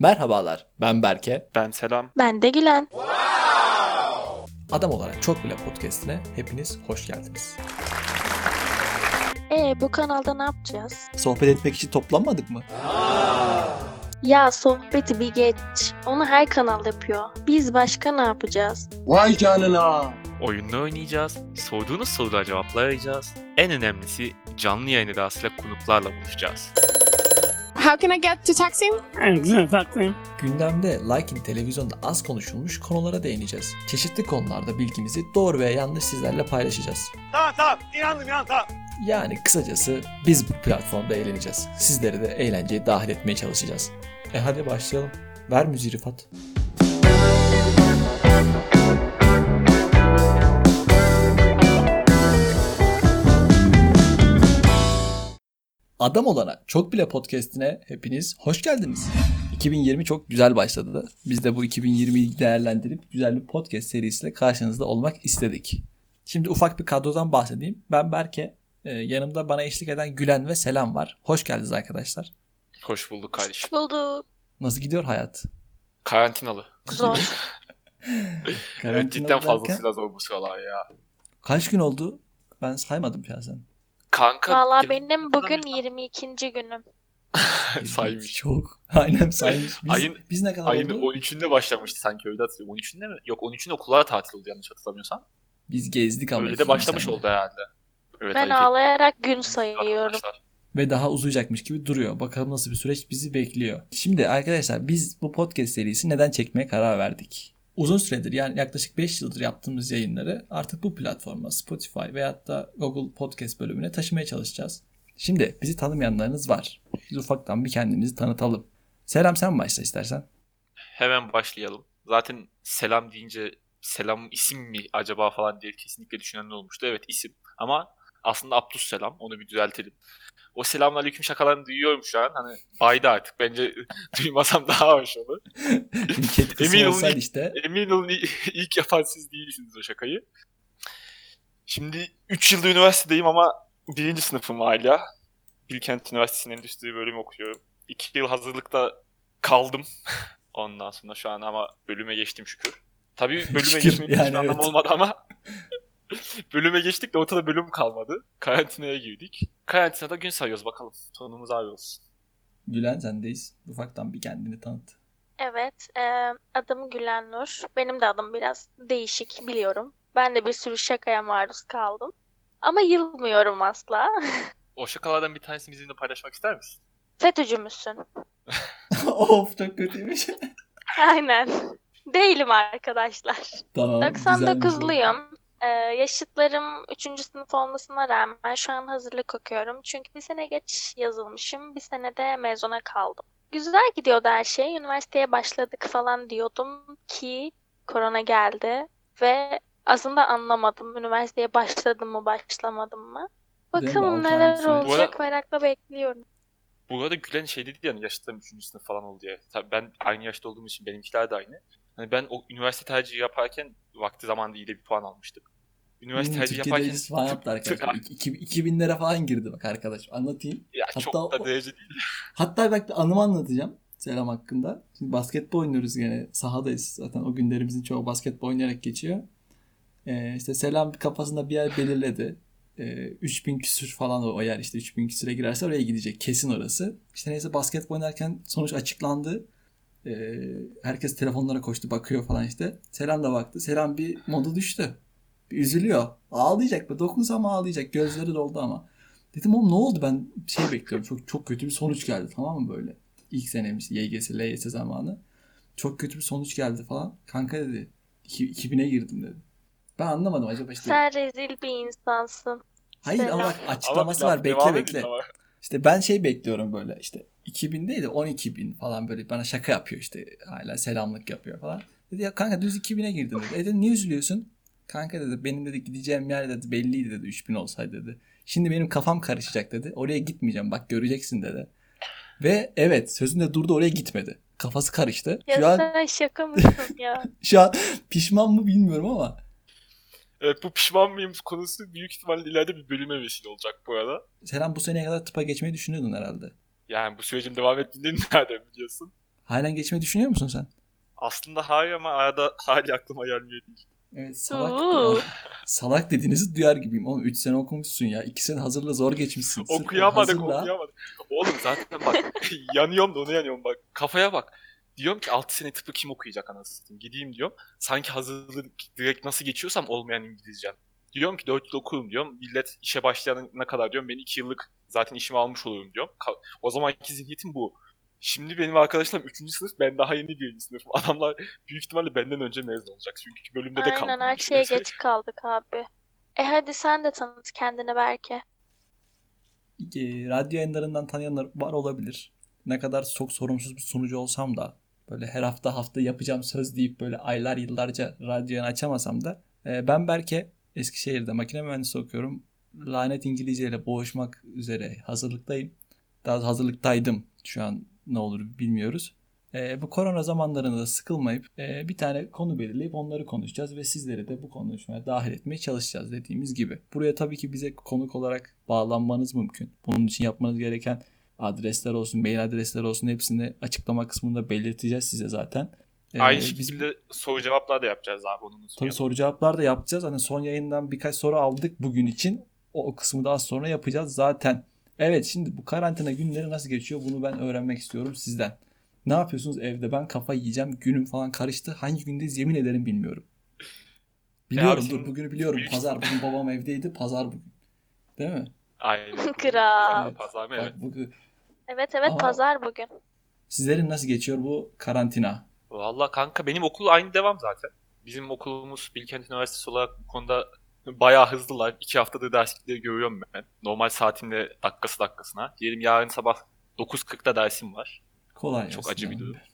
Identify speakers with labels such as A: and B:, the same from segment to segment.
A: Merhabalar, ben Berke.
B: Ben Selam.
C: Ben de Gülen.
A: Adam olarak çok bile podcast'ine hepiniz hoş geldiniz.
C: Bu kanalda ne yapacağız?
A: Sohbet etmek için toplanmadık mı?
C: Ya sohbeti bir geç. Onu her kanal yapıyor. Biz başka ne yapacağız?
D: Vay canına.
B: Oyununu oynayacağız. Sorduğunuz sorulara cevaplayacağız. En önemlisi canlı yayın edasıyla konuklarla buluşacağız.
E: How can I get to Taksim? Taksim.
A: Gündemde Like televizyonda az konuşulmuş konulara değineceğiz. Çeşitli konularda bilgimizi doğru veya yanlış sizlerle paylaşacağız.
D: Tamam inandım tamam.
A: Yani kısacası biz bu platformda eğleneceğiz. Sizleri de eğlenceye dahil etmeye çalışacağız. Hadi başlayalım. Ver müziği Rıfat. Adam olana çok bile podcast'ine hepiniz hoş geldiniz. 2020 çok güzel başladı. Biz de bu 2020'yi değerlendirip güzel bir podcast serisiyle karşınızda olmak istedik. Şimdi ufak bir kadrodan bahsedeyim. Ben Berke, yanımda bana eşlik eden Gülen ve Selam var. Hoş geldiniz arkadaşlar.
B: Hoş bulduk kardeşim.
C: Bulduk.
A: Nasıl gidiyor hayat?
B: Karantinalı.
C: Zor.
B: Evet, cidden
A: derken
B: fazlasıyla zor bu sıralar ya.
A: kaç gün oldu? Ben saymadım şahsen.
B: Kanka.
C: Valla benim bugün 22. günüm.
B: saymış.
A: Çok. Aynen saymış. Biz ne kadar
B: Ayın
A: oldu?
B: 13'ünde başlamıştı sanki, öyle hatırlıyorum. 13'ünde mi? Yok, 13'ünde okullar tatil oldu yanlış hatırlamıyorsam.
A: Biz gezdik ama.
B: Öyle de başlamış
A: seninle.
B: oldu herhalde. Evet,
C: Ben
B: ayın
C: ağlayarak gün
B: ilk
C: sayıyorum.
B: arkadaşlar.
A: Ve daha uzayacakmış gibi duruyor. Bakalım nasıl bir süreç bizi bekliyor. Şimdi arkadaşlar biz bu podcast serisi neden çekmeye karar verdik? Uzun süredir, yani yaklaşık 5 yıldır yaptığımız yayınları artık bu platforma, Spotify veyahut da Google Podcast bölümüne taşımaya çalışacağız. Şimdi bizi tanımayanlarınız var. Biz ufaktan bir kendimizi tanıtalım. Selam, sen başla istersen.
B: Hemen başlayalım. Zaten selam deyince selam isim mi acaba falan diye kesinlikle düşünenler olmuştu. Evet, isim. Ama aslında Abdüsselam. Onu bir düzeltelim. O selamünaleyküm şakalarını duyuyorum şu an. Hani baydı artık. Bence duymasam daha hoş olur.
A: Şimdi chat kısmı
B: Emin olun,
A: olsaydı işte.
B: Emin olun ilk yapan siz değilsiniz o şakayı. Şimdi 3 yılda üniversitedeyim ama 1. sınıfım hala. Bilkent Üniversitesi'nin endüstri bölümü okuyorum. 2 yıl hazırlıkta kaldım. Ondan sonra şu an ama bölüme geçtim şükür. Tabii bölüme
A: Şükür,
B: geçmenin
A: yani
B: hiçbir anlamı
A: evet.
B: olmadı ama bölüme geçtik de ortada bölüm kalmadı. Karantinaya girdik. Karantinada gün sayıyoruz bakalım. Sonumuz ağır olsun.
A: Gülen, sendeyiz. Ufaktan bir kendini tanıt.
C: Evet. Adım Gülen Nur. Benim de adım biraz değişik biliyorum. Ben de bir sürü şakaya maruz kaldım. Ama yılmıyorum asla.
B: O şakalardan bir tanesini bizimle paylaşmak ister misin?
C: FETÖ'cü müsün?
A: Of, çok kötüymüş.
C: Aynen. Değilim arkadaşlar.
A: Tamam, güzelmiş o.
C: 99'luyum. Yaşıtlarım 3. sınıf olmasına rağmen şu an hazırlık okuyorum. Çünkü bir sene geç yazılmışım. Bir sene de mezuna kaldım. Güzel gidiyordu her şey. Üniversiteye başladık falan diyordum ki korona geldi. Ve aslında anlamadım. Üniversiteye başladım mı başlamadım mı?
A: Değil mi?
C: Bakalım
A: Altı
C: neler
A: aylık süreç.
C: olacak merakla bekliyorum.
B: Bu arada Gülen şey dedi ya, hani yaşıtlarım 3. sınıf falan oldu diye. Tabii ben aynı yaşta olduğum için benimkiler de aynı. Hani ben o üniversite tercihi yaparken vakti zamanında iyi de bir puan almıştık. Üniversite tercihi
A: Türkiye'de
B: yaparken
A: reis falan yaptı arkadaşlar. 2000'lere falan girdi bak arkadaş. Anlatayım.
B: ya
A: Hatta
B: çok da derece değil.
A: hatta bak bir anımı anlatacağım. Selam hakkında. Şimdi basketbol oynuyoruz gene. Sahadayız. Zaten o günlerimizin çoğu basketbol oynayarak geçiyor. İşte Selam kafasında bir yer belirledi. 3000 küsür falan o yer, işte 3000 küsüre girerse oraya gidecek. Kesin orası. İşte neyse basketbol oynarken sonuç açıklandı. Herkes telefonlara koştu, bakıyor falan işte. Selam da baktı. Selam bir modu düştü. Bir üzülüyor. Ağlayacak mı? Dokunsam ağlayacak. Gözleri doldu ama. Dedim oğlum ne oldu? Ben şey bekliyorum. Çok çok kötü bir sonuç geldi, tamam mı böyle? İlk senemiz YGS, LYS zamanı. Çok kötü bir sonuç geldi falan. Kanka dedi 2000'e girdim dedi. Ben anlamadım acaba işte.
C: Sen rezil bir insansın.
A: Hayır ama
C: Selam.
A: bak açıklaması
B: Ama
A: var.
B: devam
A: Bekle.
B: edin ama.
A: İşte ben şey bekliyorum böyle işte 2000 değil de 12.000 falan, böyle bana şaka yapıyor işte, hala selamlık yapıyor falan. Dedi ya kanka düz 2000'e girdin dedi. Dedim niye üzülüyorsun? Kanka dedi benim dedi gideceğim yer dedi belliydi dedi 3000 olsaydı dedi. Şimdi benim kafam karışacak dedi. Oraya gitmeyeceğim bak göreceksin dedi. Ve evet sözünde durdu, oraya gitmedi. Kafası karıştı.
C: Ya
A: Şu an
C: sen şaka mısın ya?
A: şu an pişman mı bilmiyorum ama
B: Evet, bu pişman mıyım konusu büyük ihtimalle ileride bir bölüme vesile olacak bu arada.
A: Selam bu seneye kadar tıpa geçmeyi düşünüyordun herhalde.
B: Yani bu sürecin devam ettiğini nereden biliyorsun?
A: Halen geçmeyi düşünüyor musun sen?
B: Aslında hayır ama arada hali aklıma gelmiyor değil.
A: Evet, salak.
C: Oo.
A: Salak dediğinizi duyar gibiyim. Oğlum 3 sene okumuşsun ya. 2 sene hazırla zor geçmişsin. Sırf o
B: Okuyamadık.
A: hazırla.
B: Oğlum zaten bak yanıyorum da onu yanıyorum bak. Kafaya bak. Diyorum ki 6 sene tıpı kim okuyacak anasını satayım. Gideyim diyorum. Sanki hazırlık direkt nasıl geçiyorsam olmayan İngilizcem. Diyorum ki 4 yıl okurum diyorum. Millet işe başlayana kadar diyorum. Ben 2 yıllık zaten işimi almış olurum diyorum. O zamanki zihniyetim bu. Şimdi benim arkadaşlarım 3. sınıf, ben daha yeni 1. sınıfım. Adamlar büyük ihtimalle benden önce mezun olacak. Çünkü bölümde de kaldım.
C: Aynen, her şeye geç kaldık abi. Hadi sen de tanıt kendini belki.
A: Radyo yayınlarından tanıyanlar var olabilir. Ne kadar çok sorumsuz bir sunucu olsam da böyle her hafta yapacağım söz deyip böyle aylar yıllarca radyo yayını açamasam da ben Berke, Eskişehir'de makine mühendisi okuyorum. Lanet İngilizce ile boğuşmak üzere hazırlıktayım. Daha doğrusu hazırlıktaydım. Şu an ne olur bilmiyoruz. Bu korona zamanlarında da sıkılmayıp bir tane konu belirleyip onları konuşacağız ve sizleri de bu konuşmaya dahil etmeye çalışacağız dediğimiz gibi. Buraya tabii ki bize konuk olarak bağlanmanız mümkün. Bunun için yapmanız gereken adresler olsun, mail adresleri olsun hepsini açıklama kısmında belirteceğiz size zaten.
B: Aynı
A: Biz
B: şekilde soru cevaplar da yapacağız abi, onu
A: tabii
B: unutmayalım.
A: soru cevaplar da yapacağız. Hani son yayından birkaç soru aldık bugün için. O kısmı daha sonra yapacağız zaten. Evet, şimdi bu karantina günleri nasıl geçiyor bunu ben öğrenmek istiyorum sizden. Ne yapıyorsunuz evde? Ben kafa yiyeceğim. Günüm falan karıştı. Hangi gündeyiz yemin ederim bilmiyorum. Biliyorum, dur bugünü biliyorum.
B: büyük-
A: Pazar. Bugün babam evdeydi. Pazar bugün. Değil mi?
B: Aynen.
C: Kral.
A: Evet.
B: Pazar mı?
A: Bak
B: Evet.
A: bugün.
C: Evet,
A: Ama
C: pazar bugün.
A: sizlerin nasıl geçiyor bu karantina?
B: Valla kanka benim okul aynı devam zaten. Bizim okulumuz Bilkent Üniversitesi olarak bu konuda bayağı hızlılar. 2 haftadır derslikleri görüyorum ben. Normal saatimle dakikasına. Diyelim yarın sabah 9.40'da dersim var.
A: Kolay
B: Çok
A: gelsin
B: acı bir
A: abi.
B: durum.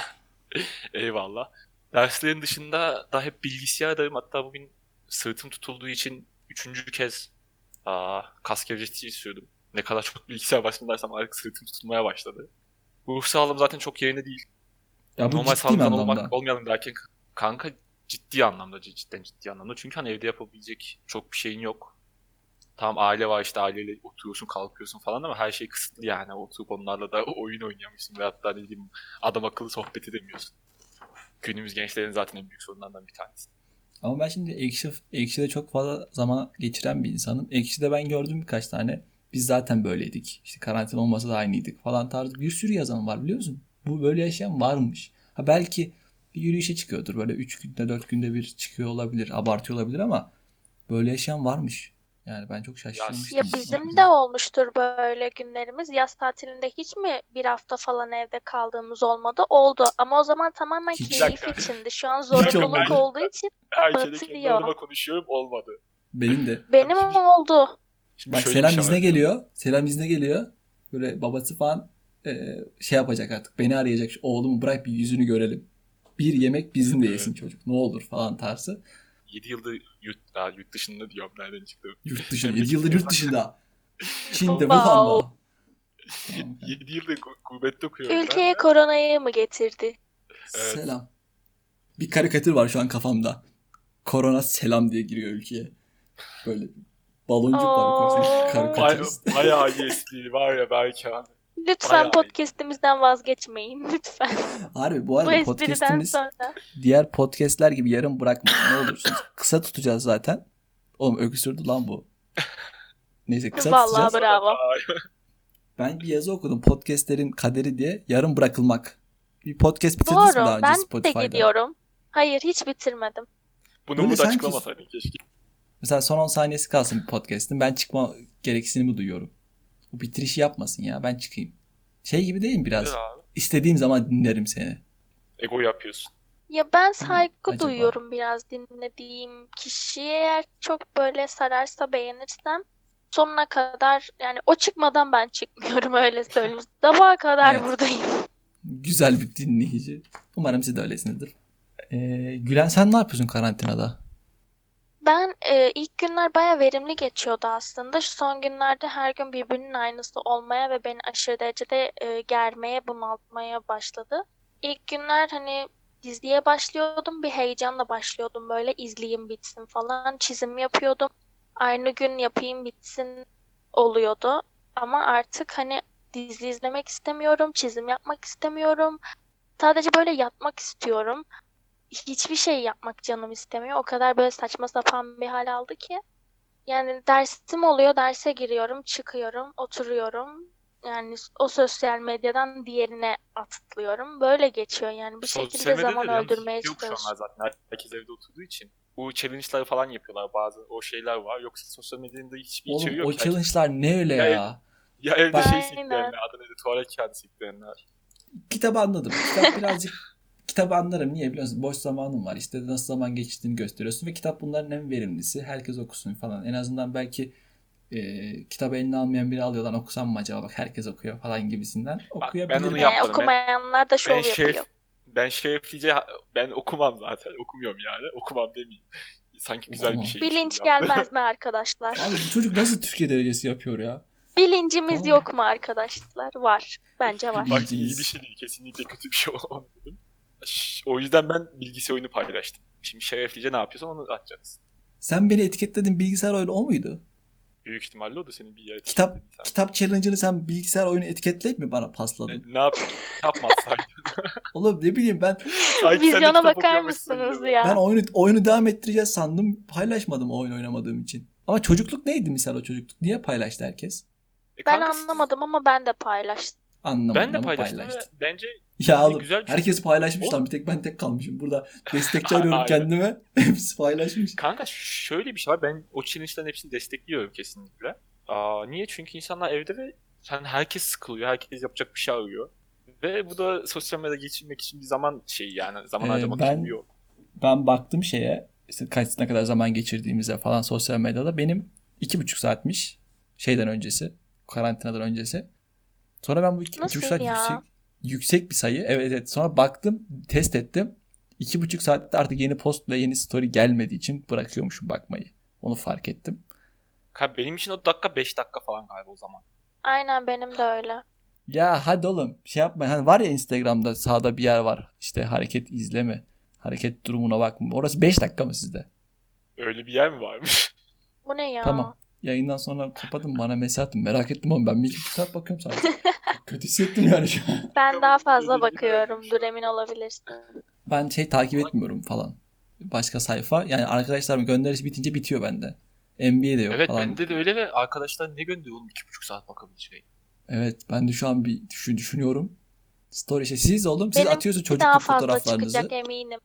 B: Eyvallah. Derslerin dışında da hep bilgisayardayım. Hatta bugün sırtım tutulduğu için 3. kez kas gevşetici sürdüm. Ne kadar çok bilgisayar başındaysam artık sırtım tutulmaya başladı. Ruh sağlığım zaten çok yerinde değil.
A: Ya bu
B: Normal
A: ciddi mi
B: sağlıktan
A: anlamda?
B: olmayalım derken kanka ciddi anlamda, cidden ciddi anlamda. Çünkü hani evde yapabilecek çok bir şeyin yok. Tamam aile var, işte aileyle oturuyorsun kalkıyorsun falan ama her şey kısıtlı yani. Oturup onlarla da oyun oynayamıyorsun ve hatta ne bileyim adam akıllı sohbet edemiyorsun. Günümüz gençlerin zaten en büyük sorunlarından bir tanesi.
A: Ama ben şimdi Ekşi'de çok fazla zaman geçiren bir insanım. Ekşi'de ben gördüm birkaç tane. Biz zaten böyleydik. İşte karantina olmasa da aynıydık falan tarzı bir sürü yazan var biliyor musun? Bu böyle yaşayan varmış. Ha belki bir yürüyüşe çıkıyordur. Böyle 3 günde 4 günde bir çıkıyor olabilir. Abartıyor olabilir ama böyle yaşayan varmış. Yani ben çok
C: Ya
A: şaşırmıştım.
C: bizim de olmuştur böyle günlerimiz. Yaz tatilinde hiç mi bir hafta falan evde kaldığımız olmadı? Oldu. Ama o zaman tamamen
A: Hiç.
B: Bir
C: keyif
B: dakika.
C: içindi. Şu an
A: Hiç
C: zorunluluk
A: olmadı.
C: olduğu için
B: Herkese kendi
C: batıyor.
B: adıma konuşuyorum, olmadı.
A: Benim de.
C: Benim
B: Şimdi-
C: oldu.
B: Şimdi
A: Bak
B: şöyle bir
A: Selam
B: şey
A: izne
B: var.
A: geliyor. Selam izne geliyor. Böyle babası falan şey yapacak artık. Beni arayacak. Oğlumu bırak bir yüzünü görelim. Bir yemek bizim de yesin çocuk. Ne olur falan tarzı.
B: 7 yıldır yurt dışında diyorum, nereden çıktı?
A: Yurt dışı. 7 yıldır yurt dışında. Çin'de,
C: Wow.
A: Wuhan'da. Tamam.
B: 7 yıldır gurbette okuyorum ben
C: Ülkeye
B: de.
C: koronayı mı getirdi?
B: Evet.
A: Selam. Bir karikatür var şu an kafamda. Korona selam diye giriyor ülkeye. Böyle baloncuk var.
C: Oo.
A: Karikatürist.
B: Bayağı iyi espri var ya belki abi.
C: Lütfen
B: Bayağı iyi.
C: podcast'imizden vazgeçmeyin. Lütfen.
A: Harbi bu
C: Bu
A: arada
C: espriden
A: podcast'imiz
C: sonra.
A: diğer podcast'ler gibi yarım bırakmayın ne olursunuz. Kısa tutacağız zaten. Oğlum öksürdü lan bu. Neyse kısa
C: Vallahi
A: tutacağız.
C: bravo.
A: Ben bir yazı okudum podcast'lerin kaderi diye. Yarım bırakılmak. Bir podcast bitirdiniz mi daha
C: Doğru.
A: önce
C: Ben de
A: Spotify'da?
C: gidiyorum. Hayır, hiç bitirmedim.
B: Bunu
A: Böyle
B: burada
A: sanki-
B: açıklamasaydın keşke.
A: Mesela son 10 saniyesi kalsın bir podcast'in. Ben çıkma gereksinimi duyuyorum. Bu bitirişi yapmasın ya. Ben çıkayım. Şey gibi değil mi biraz?
B: Evet abi.
A: İstediğim zaman dinlerim seni.
B: Ego yapıyorsun.
C: Ya ben saygı
A: acaba?
C: duyuyorum biraz dinlediğim kişiye. Eğer çok böyle sararsa, beğenirsem sonuna kadar, yani o çıkmadan ben çıkmıyorum, öyle söyleyeyim. Sabaha kadar
A: Evet.
C: buradayım.
A: Güzel bir dinleyici. Umarım siz de öylesinizdir. Gülen sen ne yapıyorsun karantinada?
C: Ben ilk günler baya verimli geçiyordu aslında. Şu son günlerde her gün birbirinin aynısı olmaya ve beni aşırı derecede germeye, bunaltmaya başladı. İlk günler hani diziye başlıyordum, bir heyecanla başlıyordum, böyle izleyeyim bitsin falan, çizim yapıyordum. Aynı gün yapayım bitsin oluyordu. Ama artık hani dizi izlemek istemiyorum, çizim yapmak istemiyorum. Sadece böyle yatmak istiyorum. Hiçbir şey yapmak canım istemiyor. O kadar böyle saçma sapan bir hal aldı ki. Yani dersim oluyor, derse giriyorum, çıkıyorum, oturuyorum. Yani o sosyal medyadan diğerine atlıyorum. Böyle geçiyor yani. Bir
B: Sosyal
C: şekilde zaman
B: medyada yalnız
C: öldürmeye
B: yok şu anlar
C: çalışıyorum.
B: zaten. Herkes evde oturduğu için. Bu challenge'ları falan yapıyorlar bazı. O şeyler var. Yoksa sosyal medyanın da hiçbir
A: Oğlum
B: içeriği
A: o
B: yok ki. Herkes
A: challenge'lar ne öyle
B: ya,
A: ya?
B: ya evde
A: Bak
B: şey
C: Aynen.
B: sikleyenler, adı neydi? Tuvalet kağıdı sikleyenler.
A: kitabı anladım. Kitap birazcık kitabı anlarım. Niye biliyor musun? Boş zamanım var. İşte nasıl zaman geçtiğini gösteriyorsun ve kitap bunların en verimlisi. Herkes okusun falan. En azından belki kitabı eline almayan biri alıyor lan okusam mı acaba? Bak herkes okuyor falan gibisinden.
B: Bak ben onu
A: Okuyabilirim.
B: yapmadım.
C: Okumayanlar da
B: Ben
C: şov
B: şeref,
C: yapıyor.
B: ben şereflice ben okumam zaten. Okumuyorum yani. Okumam demeyeyim. Sanki güzel bir
A: Okumam.
B: şeymiş
C: Bilinç
B: gibi yaptım.
C: gelmez mi arkadaşlar?
A: Abi bu çocuk nasıl Türkiye derecesi yapıyor ya?
C: Bilincimiz
A: Tamam.
C: yok mu arkadaşlar? Var. Bence var.
B: Bak iyi bir
A: Bilincimiz.
B: şey değil. Kesinlikle kötü bir şey olmadı. O yüzden ben bilgisayar oyunu paylaştım. Şimdi şereflice ne yapıyorsan onu atacaksın.
A: Sen beni etiketledin bilgisayar oyunu o muydu?
B: Büyük ihtimalle o da senin bir yere
A: Kitap
B: etiketledin sen.
A: kitap challenge'ını sen bilgisayar oyunu etiketleyip mi bana pasladın?
B: Ne yapayım? Yapmazsaydın.
A: Oğlum ne bileyim ben
B: Sanki sen de
C: Vizyona
B: kitap
C: bakar
B: okuyormuşsun
C: mısınız
B: gibi.
C: ya?
A: ben oyunu devam ettireceğiz sandım. Paylaşmadım oyun oynamadığım için. Ama çocukluk neydi misal o çocukluk? Niye paylaştı herkes?
C: Ben
B: Kanka,
C: anlamadım ama ben de paylaştım.
A: Anlamadım
B: ben de
A: ama
B: paylaştım ve
A: paylaştı.
B: bence
A: Ya oğlum
B: güzel bir
A: herkes
B: şey.
A: paylaşmış lan
B: Oğlum.
A: bir tek ben tek kalmışım. Burada destekçi arıyorum
B: Aynen.
A: kendime. Hepsi paylaşmış.
B: Kanka şöyle bir şey var. Ben o challenge'ların hepsini destekliyorum kesinlikle. Niye? Çünkü insanlar evde ve herkes sıkılıyor. Herkes yapacak bir şey arıyor. Ve bu da sosyal medyada geçirmek için bir zaman şeyi yani. Zaman harcamak için bir yol.
A: Ben baktım şeye işte ne kadar zaman geçirdiğimize falan sosyal medyada benim 2,5 saatmiş şeyden öncesi karantinadan öncesi. Sonra ben bu 2,5
C: Nasıl
A: saat
C: ya?
A: yüksek bir sayı. Evet. Sonra baktım test ettim. 2,5 saatte artık yeni post ve yeni story gelmediği için bırakıyormuşum bakmayı. Onu fark ettim.
B: Kanka benim için o dakika 5 dakika falan galiba o zaman.
C: Aynen benim de öyle.
A: Ya hadi oğlum şey yapma. Hani var ya Instagram'da sağda bir yer var. İşte hareket izleme. Hareket durumuna bakma. Orası 5 dakika mı sizde?
B: Öyle bir yer mi varmış?
C: Bu ne ya?
A: Tamam. Yayından sonra kapatın bana mesaj atın. Merak ettim ama ben bir 2,5 saat bakıyorum sadece. Çok kötü hissettim yani şu an.
C: Ben daha fazla
B: Özür dilerim.
C: bakıyorumdur, emin olabilirsin.
A: Ben takip etmiyorum falan. Başka sayfa. Yani arkadaşlarım gönderisi bitince bitiyor bende. NBA de yok
B: Evet
A: falan.
B: bende de öyle ve arkadaşlar ne gönderiyor oğlum 2,5 saat bakabileceği.
A: Evet ben de şu an bir düşünüyorum. Story işte siz oğlum siz
C: Benim
A: atıyorsunuz
C: daha
A: çocukluk
C: fazla
A: fotoğraflarınızı.
C: çıkacak eminim.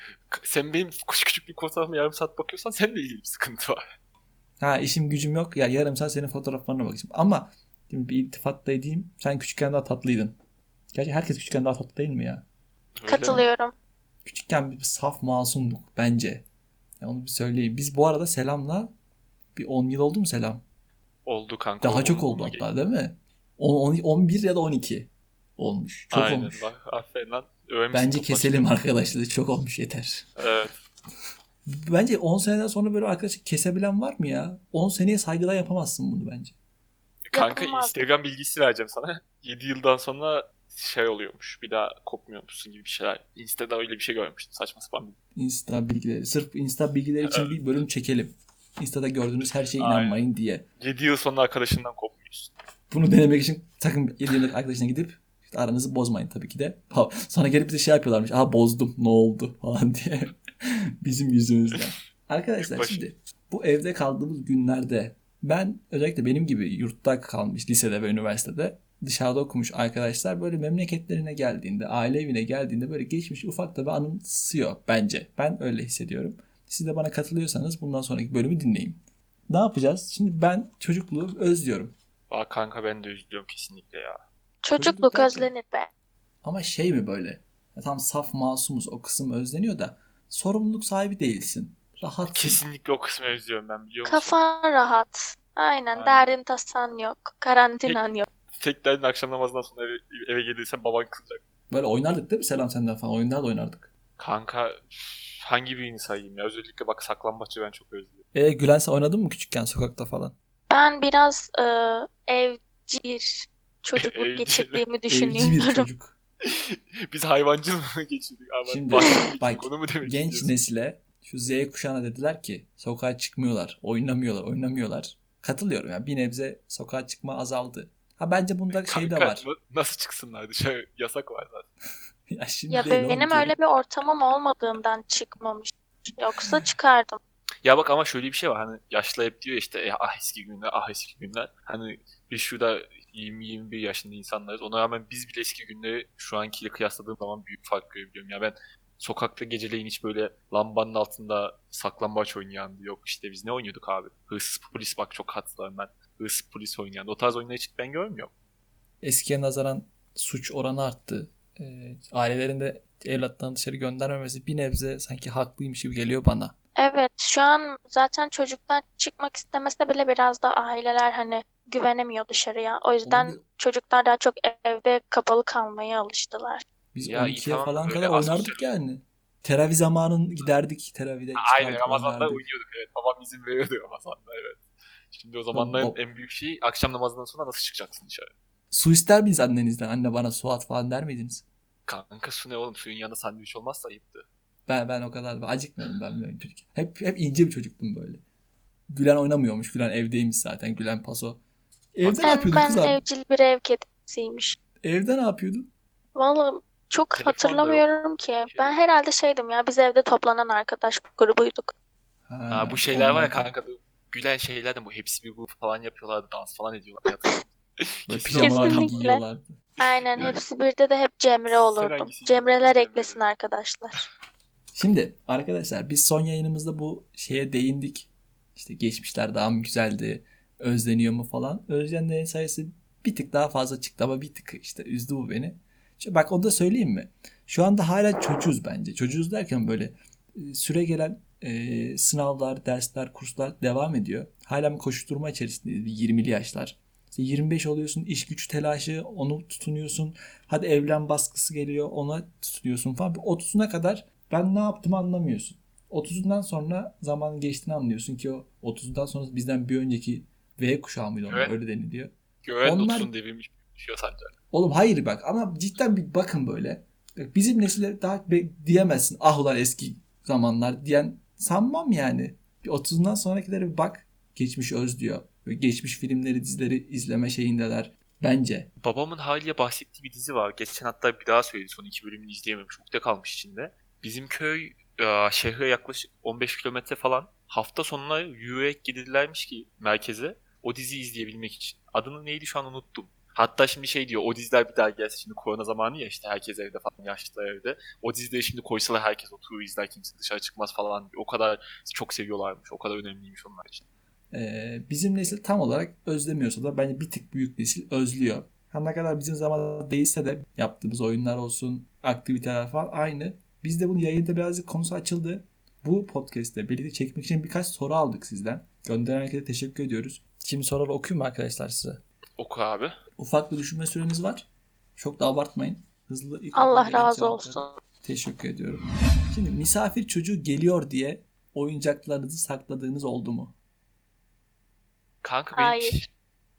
B: Sen benim küçük bir fotoğrafıma yarım saat bakıyorsan seninle ilgili bir sıkıntı var.
A: Ha işim gücüm yok ya yarım saat senin fotoğraflarına bakacağım. Ama şimdi bir iltifatta edeyim. Sen küçükken daha tatlıydın. Gerçi herkes küçükken daha tatlı değil mi ya?
B: Öyle mi?
C: Katılıyorum.
A: Küçükken bir saf masumluk bence. Ya onu bir söyleyeyim. Biz bu arada Selam'la bir 10 yıl oldu mu Selam?
B: Oldu kanka.
A: Daha çok
B: Onu-
A: oldu
B: onu
A: hatta değil mi? 11 ya da 12 olmuş. Çok
B: Aynen
A: olmuş.
B: bak aferin lan. Öğrenmişsin
A: Bence
B: toplaşmayı.
A: keselim arkadaşlar. Çok olmuş yeter.
B: Evet.
A: Bence 10 seneden sonra böyle arkadaşlar kesebilen var mı ya? 10 seneye saygıdan yapamazsın bunu bence.
B: Kanka
C: Yapılmaz.
B: Instagram bilgisi vereceğim sana. 7 yıldan sonra şey oluyormuş. Bir daha kopmuyormuşsun gibi bir şeyler. Insta'da öyle bir şey görmüştüm. Saçma sapan bir.
A: Insta bilgileri. Sırf Insta bilgileri için bir bölüm çekelim. Insta'da gördüğünüz her şeye inanmayın diye.
B: 7 yıl sonra arkadaşından kopmuyorsun.
A: Bunu denemek için sakın 7 yıllık arkadaşına gidip işte aranızı bozmayın tabii ki de. Sonra gelip bize şey yapıyorlarmış. Aa bozdum ne oldu falan diye. Bizim yüzümüzden. Arkadaşlar
B: Baş-
A: şimdi bu evde kaldığımız günlerde ben özellikle benim gibi yurtta kalmış lisede ve üniversitede dışarıda okumuş arkadaşlar böyle memleketlerine geldiğinde, aile evine geldiğinde böyle geçmiş ufak da bir anımsıyor bence. Ben öyle hissediyorum. Siz de bana katılıyorsanız bundan sonraki bölümü dinleyin. Ne yapacağız? Şimdi ben çocukluğu özlüyorum.
B: Aa kanka ben de üzülüyorum kesinlikle ya.
C: Çocukluk
A: derken-
C: özlenir be.
A: Ama şey mi böyle? Ya tam saf masumuz o kısım özleniyor da sorumluluk sahibi değilsin. Rahatsın.
B: Kesinlikle o kısmı özlüyorum ben biliyor musun?
C: Kafan rahat. Aynen,
B: Aynen.
C: derdin tasan yok. Karantinan yok.
B: Tek derdin akşam namazından sonra eve gelirsen baban kızacak.
A: Böyle oynardık değil mi Selam senden falan? Oyunlar da oynardık.
B: Kanka hangi birini sayayım ya? Özellikle bak saklambaçı ben çok özlüyorum.
A: Gülen sen oynadın mı küçükken sokakta falan?
C: Ben biraz evcil bir çocukluk
B: Evcil.
C: geçirdiğimi
A: Evci bir
C: düşünüyorum.
A: çocuk.
B: Biz hayvancıl mı geçirdik? Ama
A: Şimdi
B: bahsettik,
A: bak
B: onu mu demek
A: genç
B: istiyorsun?
A: nesile şu Z kuşağına dediler ki sokağa çıkmıyorlar, oynamıyorlar. Katılıyorum ya bir nebze sokağa çıkma azaldı. Ha bence bunda şey de
B: Kanka,
A: var.
B: nasıl çıksınlar dışarı? Yasak var zaten.
A: Ya şimdi
C: Ya
A: değil oğlum,
C: benim öyle bir ortamım olmadığından çıkmamış. Yoksa çıkardım.
B: Ya bak ama şöyle bir şey var. Hani yaşlı hep diyor işte ah eski günler, ah eski günler. Hani biz şurada 20-21 yaşında insanlarız. Ona rağmen biz bile eski günleri şu ankiyle kıyasladığım zaman büyük fark görebiliyorum. Ya ben sokakta geceleyin hiç böyle lambanın altında saklambaç oynayan, yok işte biz ne oynuyorduk abi? Hırsız polis, bak çok hatırlarım ben. Hırsız polis oynayan. O tarz oyunları hiç ben görmüyorum.
A: eskiye nazaran suç oranı arttı. Ailelerinde evlatlarını dışarı göndermemesi bir nebze sanki haklıymış gibi geliyor bana.
C: Evet, şu an zaten çocuklar çıkmak istemese bile biraz da aileler hani güvenemiyor dışarıya. O
A: Oğlum
C: yüzden çocuklar daha çok evde kapalı kalmaya alıştılar.
A: biz
B: Ya iyi
A: 12'ye
B: tamam da
A: falan
B: böyle
A: kadar
B: asosyal.
A: oynardık yani. Teravih zamanın giderdik. Teravih'de
B: Aynen
A: çıkardık
B: Ramazan'da
A: oynardık.
B: oynuyorduk, evet. Babam izin veriyordu Ramazan'da, evet. Şimdi o
A: Oğlum,
B: zamanların en büyük şeyi akşam namazından sonra nasıl çıkacaksın dışarı?
A: su ister miyiz annenizden? Anne bana su at falan der miydiniz?
B: Kanka su ne oğlum? Suyun yanında sandviç olmazsa ayıptı.
A: Ben o kadar acıkmıyordum ben böyle çocuk. Hep ince bir çocuktum böyle. Gülen oynamıyormuş. Gülen evdeymiş zaten. Gülen paso. Evde ne yapıyordun
C: Ben
A: kızım?
C: evcil bir ev kedisiymiş.
A: Evde ne yapıyordun?
C: Vallahi çok
B: Telefon da yok.
C: hatırlamıyorum ki. Ben herhalde şeydim ya, biz evde toplanan arkadaş grubuyduk.
B: Bu şeyler var ya kanka, bu gülen şeylerden bu hepsi bir grup falan yapıyorlardı, dans falan ediyorlar.
A: Böyle
B: Kesin onlar
A: pijamalarını
C: Kesinlikle.
A: giyiyorlardı.
C: Aynen,
B: Yani
C: hepsi birde de hep Cemre
B: sen
C: olurdum.
B: hangisini
C: Cemreler
B: bilmiyorum.
C: eklesin arkadaşlar.
A: Şimdi arkadaşlar biz son yayınımızda bu şeye değindik. İşte geçmişler daha mı güzeldi, özleniyor mu falan. Özleyenlerin sayısı bir tık daha fazla çıktı ama bir tık işte üzdü bu beni. Şimdi bak onu da söyleyeyim mi? Şu anda hala çocuğuz bence. Çocuğuz derken böyle süre gelen sınavlar, dersler, kurslar devam ediyor. Hala bir koşturma içerisindeyiz. Bir 20'li yaşlar. İşte 25 oluyorsun, iş güç telaşı, onu tutunuyorsun. Hadi evlen baskısı geliyor, ona tutunuyorsun falan. Bir 30'una kadar ben ne yaptığımı anlamıyorsun. 30'undan sonra zaman geçtiğini anlıyorsun ki o 30'dan sonra bizden bir önceki V kuşağı mıydı onlar,
B: Evet.
A: öyle deniliyor.
B: Göğen
A: Onlar-
B: nutsun devirmiş düşüyor sence.
A: Oğlum hayır bak ama cidden bir bakın böyle. Bak, bizim nesile daha diyemezsin ah ulan eski zamanlar diyen sanmam yani. Bir 30'undan sonrakilere bir bak. Geçmiş özlüyor. Böyle geçmiş filmleri, dizileri izleme şeyindeler. Bence.
B: Babamın haliyle bahsettiği bir dizi var. Geçen hatta bir daha söyledi. Son 2 bölümünü izleyememiş. Ukde kalmış içinde. Bizim köy şehre yaklaşık 15 kilometre falan. Hafta sonuna yürüyerek gelirlermiş ki merkeze. O diziyi izleyebilmek için. Adını neydi şu an unuttum. Hatta şimdi şey diyor, o diziler bir daha gelse, şimdi korona zamanı ya, işte herkes evde falan, yaşlılar evde. O dizileri şimdi koysalar herkes oturur izler, kimse dışarı çıkmaz falan. O kadar çok seviyorlarmış. O kadar önemliymiş onlar için.
A: Bizim nesil tam olarak özlemiyorsa da bence bir tık büyük nesil özlüyor. Her ne kadar bizim zamanında değilse de yaptığımız oyunlar olsun, aktiviteler falan aynı. Biz de bunu yayında birazcık konusu açıldı. Bu podcast'te birlikte çekmek için birkaç soru aldık sizden. Gönderen herkese teşekkür ediyoruz. Şimdi soruları okuyayım mı arkadaşlar size?
B: Oku abi.
A: Ufak bir düşünme süreniz var. Çok da abartmayın. Hızlı ilk
C: Allah
A: aklıma gelen
C: razı
A: cevapları.
C: olsun.
A: Teşekkür ediyorum. Şimdi misafir çocuğu geliyor diye oyuncaklarınızı sakladığınız oldu mu?
B: Kanka benim
C: Hayır.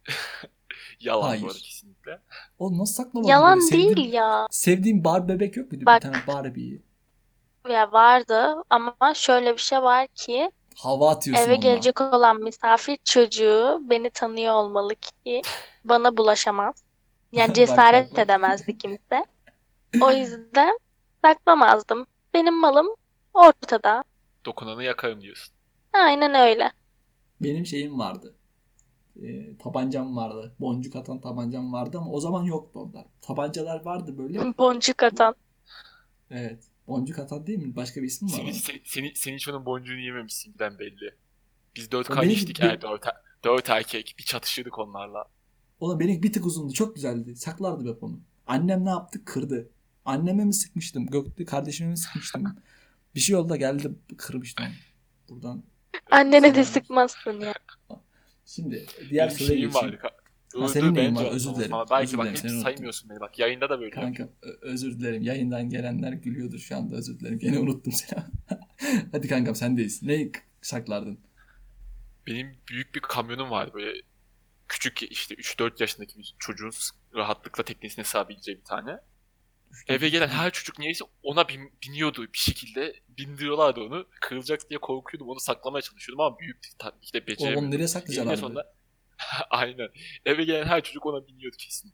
B: yalan
A: Hayır.
B: bu arada kesinlikle.
A: Oğlum nasıl saklamadın
C: Yalan
A: böyle?
C: değil ya.
A: Sevdiğin Barbie bebek yok muydu? Bir
C: Bak.
A: tane Barbie'yi.
C: Ya vardı ama şöyle bir şey var ki
A: Hava atıyorsun
C: eve
A: onunla.
C: gelecek olan misafir çocuğu beni tanıyor olmalı ki bana bulaşamaz. Yani
A: Bak,
C: cesaret
A: bak, bak.
C: edemezdi kimse. O yüzden saklamazdım. Benim malım ortada.
B: Dokunanı yakarım diyorsun.
C: Aynen öyle.
A: Benim şeyim vardı. Tabancam vardı. Boncuk atan tabancam vardı ama o zaman yoktu onlar. Tabancalar vardı böyle.
C: Boncuk atan.
A: Evet. Boncuk atan değil mi? Başka bir ismi var
B: Sen,
A: onun.
B: sen hiç onun boncuğunu yememişsin giden belli. Biz 4
A: O
B: kardeştik
A: benim-
B: yani, 4 erkek. Bir çatışırdık onlarla.
A: Oğlum benimki bir tık uzundu. Çok güzeldi. Saklardım hep onu. Annem ne yaptı? Kırdı. Anneme mi sıkmıştım? Gökte kardeşime mi sıkmıştım? Bir şey oldu da geldi kırmıştım onu. Buradan.
C: Annene de
A: Selam.
C: sıkmazsın ya.
A: Şimdi diğer
B: Benim
A: soruya
B: şeyim
A: geçeyim.
B: vardı.
A: Ha, senin neyin
B: benim
A: var?
B: cevabım
A: Özür
B: olsun
A: dilerim.
B: ama belki
A: Özür
B: bak
A: dilerim,
B: hiç
A: seni unuttum.
B: saymıyorsun beni. Bak yayında da böyle
A: Kanka
B: yapıyorsun.
A: özür dilerim. Yayından gelenler gülüyordur şu anda. Özür dilerim. Gene unuttum seni. Hadi kankam sendeyiz. Ne saklardın?
B: Benim büyük bir kamyonum vardı böyle, küçük işte 3-4 yaşındaki bir çocuğun rahatlıkla teknesine sığabileceği bir tane. Eve gelen her çocuk niyeyse ona biniyordu bir şekilde. Bindiriyorlardı onu. Kırılacak diye korkuyordum. Onu saklamaya çalışıyordum ama büyük tabii ki de
A: Oğlum onu
B: beceremiyordum.
A: nereye
B: Eninde
A: saklayacaklardı?
B: sonunda aynen. Eve gelen her çocuk ona biniyordu kesinlikle.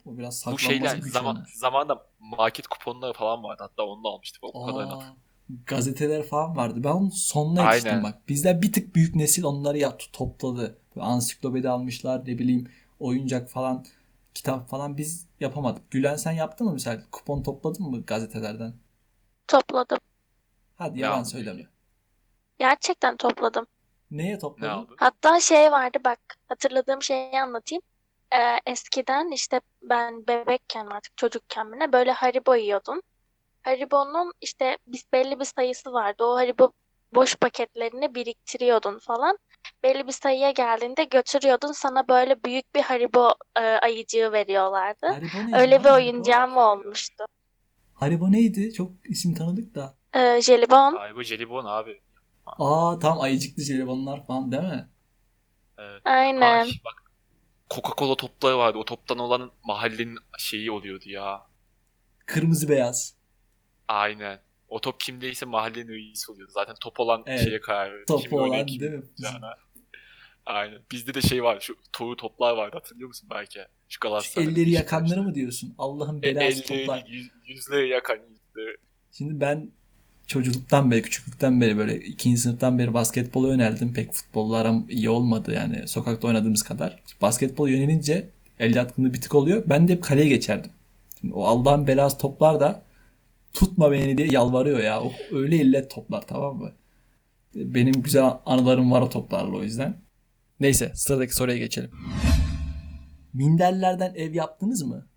A: O biraz
B: Bu
A: saklanması
B: şeyler
A: güç olmuş.
B: zamanında market kuponları falan vardı. Hatta onu da almıştık. O kadar
A: Aa, gazeteler falan vardı. Ben onun sonuna yetiştim
B: Aynen.
A: bak. Bizler bir tık büyük nesil onları topladı. Böyle ansiklopedi almışlar, ne bileyim, oyuncak falan, kitap falan biz yapamadık. Gülen, sen yaptın mı mesela? Kupon topladın mı gazetelerden?
C: Topladım.
A: Hadi
B: Ne
A: yalan
B: aldın
A: söyleme.
B: peki?
C: Gerçekten topladım.
A: Neye
B: Ne
A: topladın?
B: aldın?
C: Hatta şey vardı bak, hatırladığım şeyi anlatayım. Eskiden işte ben bebekken artık çocukken mi ne böyle Haribo yiyordun. Haribo'nun işte belli bir sayısı vardı. O Haribo boş paketlerini biriktiriyordun falan. Belli bir sayıya geldiğinde götürüyordun. Sana böyle büyük bir Haribo ayıcığı veriyorlardı.
A: Haribo neydi
C: Öyle
A: lan
C: bir
A: Haribo?
C: oyuncağım olmuştu.
A: Haribo neydi? Çok isim tanıdık da.
C: Jelibon.
B: Ay bu jelibon abi.
A: Aa, tam ayıcıklı jelibonlar falan değil mi?
B: Evet. Ha
C: Aynen.
B: bak, Coca-Cola topları vardı. O toptan olan mahallenin şeyi oluyordu ya.
A: Kırmızı beyaz.
B: Aynen. O top kimdeyse mahallenin reisi oluyordu. Zaten top olan
A: Evet.
B: şeye karar veriyordu.
A: Topu
B: Kimi oynayıp
A: olan
B: kimi
A: değil mi?
B: oynayacağına. Aynen. Bizde de şey vardı. Şu toğu toplar vardı. Hatırlıyor musun belki? Şu
A: Şu
B: Galatasaray'da
A: elleri yakanları
B: Beşiktaş'ta.
A: mı diyorsun? Allah'ın belası
B: Elleri
A: toplar.
B: yüzleri yakan yüzleri.
A: Şimdi ben çocukluktan beri, küçüklükten beri böyle ikinci sınıftan beri basketbola yöneldim. Pek futbolla aram iyi olmadı yani sokakta oynadığımız kadar. Basketbol yönelince el yatkınlığı bir tık oluyor. Ben de hep kaleye geçerdim. Şimdi o Allah'ın belası toplar da tutma beni diye yalvarıyor ya. O öyle illet toplar, tamam mı? Benim güzel anılarım var o toplarla o yüzden. Neyse, sıradaki soruya geçelim. Minderlerden ev yaptınız mı?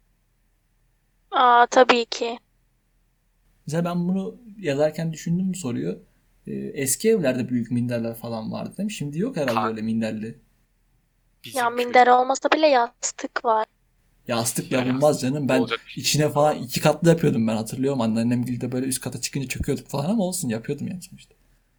C: Tabii ki.
A: Mesela ben bunu yazarken düşündüm bu soruyu. Eski evlerde büyük minderler falan vardı değil mi? Şimdi yok herhalde
B: Kan
A: öyle minderli.
C: Ya
B: bizim
C: minder olmasa bile yastık var.
A: Yastık
B: ya
A: yapılmaz canım. Ben
B: olacak bir şey
A: içine
B: değil.
A: falan 2 katlı yapıyordum ben, hatırlıyorum. Anneannem de böyle üst kata çıkınca çöküyorduk falan ama olsun, yapıyordum yani sonuçta.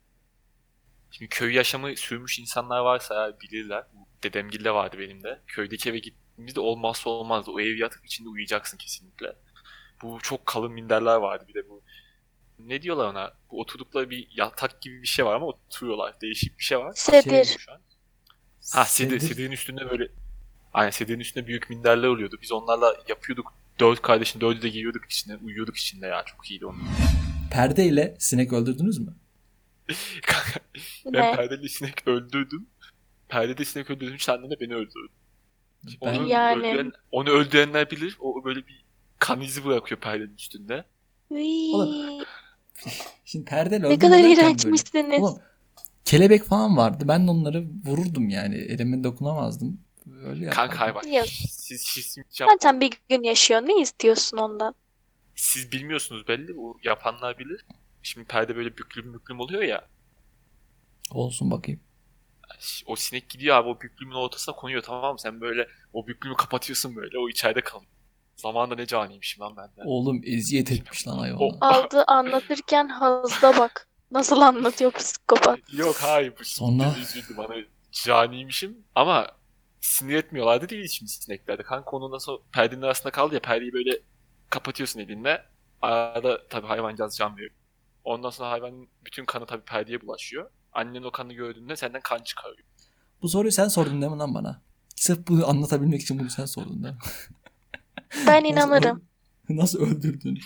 B: Şimdi köy yaşamı sürmüş insanlar varsa eğer bilirler. Dedemgilde vardı benim de. Köydeki eve gittiğimizde olmazsa olmazdı. O ev yatak içinde uyuyacaksın kesinlikle. Bu çok kalın minderler vardı. Bir de bu ne diyorlar ona? Bu oturdukları bir yatak gibi bir şey var ama oturuyorlar. Değişik bir şey var.
A: Şey,
C: Sedir.
B: Şu an. Ha sedir.
A: sedir.
B: Sedirin üstünde böyle. Aynen sedirin üstünde büyük minderler oluyordu. Biz onlarla yapıyorduk. Dört kardeşin dördü de giyiyorduk içinde. Uyuyorduk içinde ya. Çok iyiydi onun.
A: Perde ile sinek öldürdünüz mü?
B: Kanka, ben
C: Ne?
B: perdeli sinek öldürdüm. Perdede sinek öldürdüm. Sen de beni öldürdün.
A: Ben
C: Yani.
B: Onu öldürenler bilir. O böyle bir kan izi bırakıyor perdenin üstünde.
A: oğlum,
C: Uy,
A: şimdi perdeyle
C: ne kadar
A: öldürme derken böyle.
C: iğrençmişsiniz.
A: Oğlum, kelebek falan vardı. Ben de onları vururdum yani. Elime dokunamazdım. Öyle
B: Kanka hayır
A: yapardım.
B: bak.
C: Yok.
B: Siz
C: Zaten bir gün yaşıyor. Ne istiyorsun ondan?
B: siz bilmiyorsunuz belli. Bu yapanlar bilir. Şimdi perde böyle büklüm büklüm oluyor ya.
A: Olsun bakayım.
B: O sinek gidiyor abi o büklümün ortasına konuyor, tamam mı? Sen böyle o büklümü kapatıyorsun böyle. O içeride kalıyor. Zamanında ne caniymişim lan ben de.
A: Oğlum eziyet etmiş lan
B: O,
A: hayvana.
C: Aldı anlatırken hızda bak. Nasıl anlatıyor psikopat.
B: yok hayır bu
A: Sonra
B: şimdi üzüldü bana, caniymişim ama sinir etmiyorlardı değil şimdi sineklerde. Kanka onun nasıl perdenin arasında kaldı ya, perdeyi böyle kapatıyorsun elinle. Arada tabii hayvancağız can veriyor. Ondan sonra hayvanın bütün kanı tabii perdeye bulaşıyor. Annen o kanı gördüğünde senden kan çıkarıyor.
A: bu soruyu sen sordun değil mi lan bana? Sırf bunu anlatabilmek için bunu sen sordun değil mi?
C: Ben
A: Nasıl,
C: inanırım.
A: nasıl öldürdün?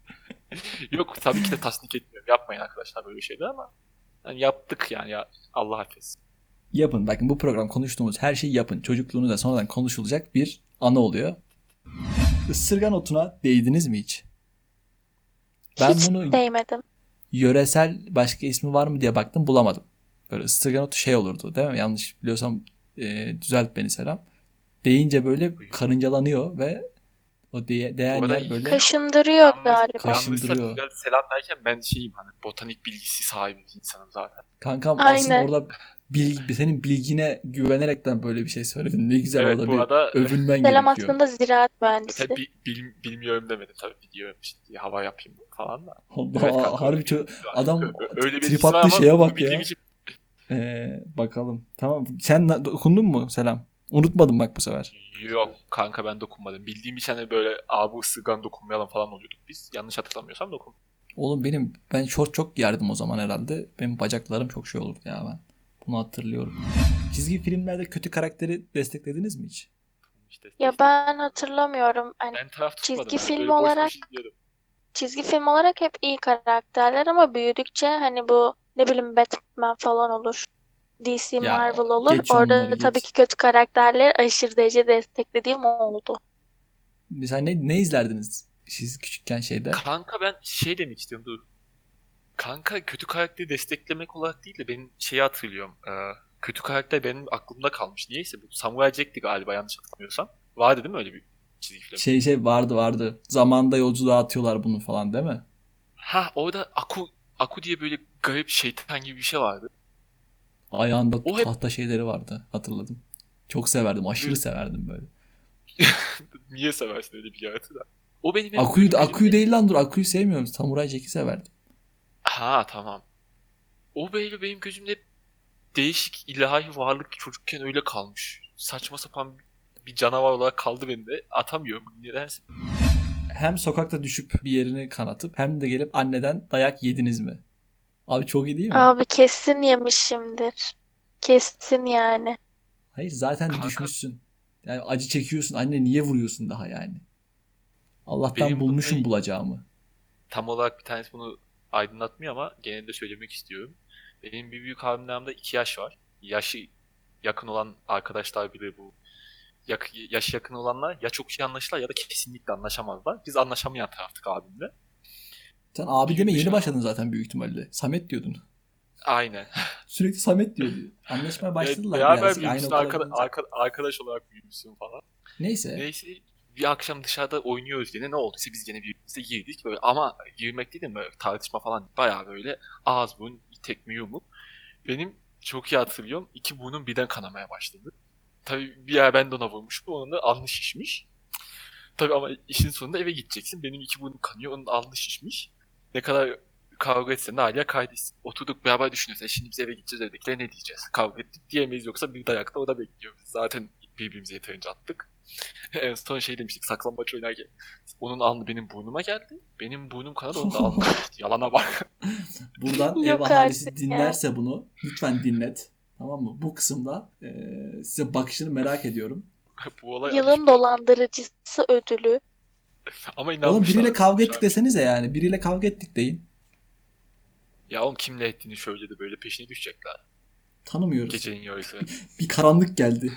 B: Yok tabii ki de tasdik etmiyorum. Yapmayın arkadaşlar böyle şeyler ama yani yaptık yani ya, Allah affetsin.
A: Yapın. Bakın, bu program konuştuğumuz her şeyi yapın. Çocukluğunuzda sonradan konuşulacak bir anı oluyor. Isırgan otuna değdiniz mi hiç? Ben
C: Hiç
A: bunu
C: değmedim.
A: yöresel başka ismi var mı diye baktım, bulamadım. Böyle ısırgan otu şey olurdu değil mi? Yanlış biliyorsam düzelt beni Selam. Deyince böyle karıncalanıyor ve o değen
B: Bu arada
A: yer böyle
C: Kaşındırıyor galiba.
A: Kaşındırıyor.
B: Yanlışsa güzel selam derken ben şeyim hani botanik bilgisi sahibi bir insanım zaten.
A: kankam, aslında
C: Aynen.
A: orada senin bilgine güvenerekten böyle bir şey söyledin. Ne güzel,
B: Evet,
A: orada
B: bu
A: bir
B: arada
A: övünmen
C: Selam
A: gerekiyor.
C: aslında ziraat
B: tabii
C: mühendisi.
B: bilmiyorum demedim tabii, biliyorum işte hava yapayım falan da.
A: Allah,
B: Evet kanka,
A: harbi
B: öyle
A: adam
B: öyle bir
A: trip
B: bilgisi var
A: attığı
B: ama
A: şeye bak
B: bunu bildiğim
A: ya.
B: için
A: Bakalım. Tamam. Sen dokundun mu Selam? Unutmadım bak bu sefer.
B: yok kanka, ben dokunmadım. Bildiğim bir tane böyle abi ısırgan dokunmayalım falan oluyorduk biz. Yanlış hatırlamıyorsam dokun.
A: Oğlum ben şort çok giyerdim o zaman herhalde. Benim bacaklarım çok şey olurdu ya ben. Bunu hatırlıyorum. Çizgi filmlerde kötü karakteri desteklediniz mi hiç?
B: işte.
C: Ya ben hatırlamıyorum. Hani
B: Ben taraf tutmadım.
C: çizgi
B: Yani.
C: film
B: Böyle boş
C: olarak
B: boş izliyordum.
C: çizgi film olarak hep iyi karakterler ama büyüdükçe hani bu ne bileyim Batman falan olur. DC,
A: Ya
C: Marvel olur.
A: geç onları
C: Orada tabii
A: geç.
C: ki kötü karakterleri aşırı derece desteklediğim oldu.
A: Mesela ne izlerdiniz siz küçükken şeyde?
B: Kanka ben şey demek istiyorum, dur. Kanka kötü karakteri desteklemek olarak değil de benim şeyi hatırlıyorum. Kötü karakter benim aklımda kalmış. Niyeyse bu Samurai Jack'ti galiba, yanlış hatırlamıyorsam. Vardı değil mi öyle bir çizgi film?
A: Şey vardı. Zamanda yolculuğa atıyorlar bunu falan değil mi?
B: Ha, orada Aku diye böyle garip şeytan gibi bir şey vardı.
A: Ayağında
B: O hep
A: tahta şeyleri vardı, hatırladım. Çok severdim. Aşırı
B: böyle
A: severdim böyle.
B: niye seversin öyle bir yaratığı da? O benim hep
A: Aku'yu,
B: böyle
A: Aku'yu
B: gözümde.
A: değil lan, dur. Aku'yu sevmiyorum. Samurai Jack'i severdim.
B: Ha, tamam. O böyle benim gözümde hep değişik ilahi varlık, çocukken öyle kalmış. Saçma sapan bir canavar olarak kaldı bende. Atamıyorum. Nedense.
A: Hem sokakta düşüp bir yerini kanatıp hem de gelip anneden dayak yediniz mi? Abi çok iyi değil mi?
C: Abi kesin yemişimdir. Kesin yani.
A: Hayır, zaten
B: Kanka
A: düşmüşsün. Yani acı çekiyorsun. Anne niye vuruyorsun daha yani? Allah'tan
B: benim bunda
A: bulmuşum bulacağımı.
B: tam olarak bir tanesi bunu aydınlatmıyor ama gene de söylemek istiyorum. Benim bir büyük abimle aramda 2 yaş var. Yaşı yakın olan arkadaşlar bile bu. Yaşı yakın olanlar ya çok iyi anlaşırlar ya da kesinlikle anlaşamazlar. Biz anlaşamayan taraftık abimle.
A: Sen
B: Bir
A: abi
B: gün
A: deme, yeni
B: dışarı...
A: başladın zaten büyük ihtimalle. Samet diyordun.
B: Aynen.
A: Sürekli Samet diyordu. Anlaşmaya
B: Ya,
A: başladılar
B: beraber
A: birazcık aynı
B: büyümüşsün,
A: okula gidince.
B: arkadaş olarak büyümüşsün falan.
A: Neyse.
B: Neyse, bir akşam dışarıda oynuyoruz gene, ne olduysa biz gene birbirimize girdik böyle, ama girmek değil de böyle tartışma falan, bayağı böyle ağız burun tekme yumruk. Benim çok iyi hatırlıyorum, 2 burnum birden kanamaya başladı. Tabii bir yer ben de ona vurmuşum, onun da alnı şişmiş. Tabii ama işin sonunda eve gideceksin, benim 2 burnum kanıyor, onun alnı şişmiş. Ne kadar kavga etsen de hala kardeşsin. Oturduk beraber düşünüyoruz. Şimdi biz eve gideceğiz, evdekilere ne diyeceğiz? Kavga ettik diyemeyiz, yoksa bir dayakta o da bekliyor. Biz zaten birbirimize yeterince attık. En son şey demiştik, saklambaç oynarken. Onun alnı benim burnuma geldi. Benim burnum kanadı, onun da alnı şişti. Yalana bak.
A: Buradan ev
C: Yok
A: ahalisi
C: artık ya.
A: dinlerse bunu lütfen dinlet. Tamam mı? Bu kısımda size bakışını merak ediyorum.
B: Bu olay
C: Yılın dolandırıcısı ödülü.
B: ama
A: Oğlum biriyle kavga ettik
B: inanmışlarmış.
A: desenize yani. Biriyle kavga ettik deyin.
B: Ya oğlum, kimle ettiğini söyledi, böyle peşine düşecekler.
A: Tanımıyoruz.
B: Gecenin yarısı.
A: Bir karanlık geldi.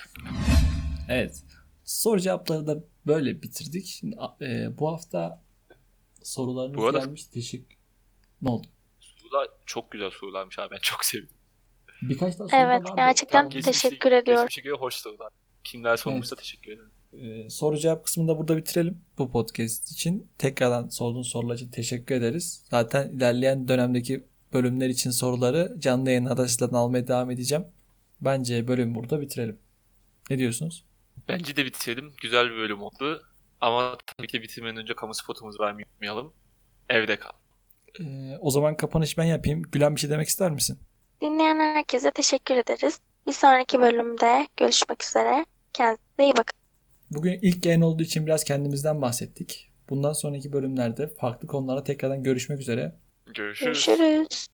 A: Evet. Soru cevapları da böyle bitirdik. Şimdi, bu hafta
B: Bu
A: sorularınız
B: arada
A: gelmiş. Ne oldu?
B: sorular çok güzel sorularmış abi, ben çok sevdim.
A: Birkaç daha soru da
C: Evet,
A: vardı.
C: gerçekten
A: Onu
C: teşekkür ediyorum.
B: Geçmişe göre hoş sorular. Kimler sormuşsa
A: Evet.
B: teşekkür ederim.
A: Soru cevap kısmını da burada bitirelim bu podcast için. Tekrardan sorduğun sorular için teşekkür ederiz. Zaten ilerleyen dönemdeki bölümler için soruları canlı yayın adreslerden almaya devam edeceğim. Bence bölümü burada bitirelim. Ne diyorsunuz?
B: Bence de bitirelim. Güzel bir bölüm oldu. Ama tabii ki bitirmeden önce kamu spotumuzu vermeyi unutmayalım. Evde kal.
A: O zaman kapanış ben yapayım. Gülen bir şey demek ister misin?
C: Dinleyen herkese teşekkür ederiz. Bir sonraki bölümde görüşmek üzere. Kendinize iyi bakın.
A: Bugün ilk yayın olduğu için biraz kendimizden bahsettik. Bundan sonraki bölümlerde farklı konulara tekrardan görüşmek üzere.
B: Görüşürüz.
C: Görüşürüz.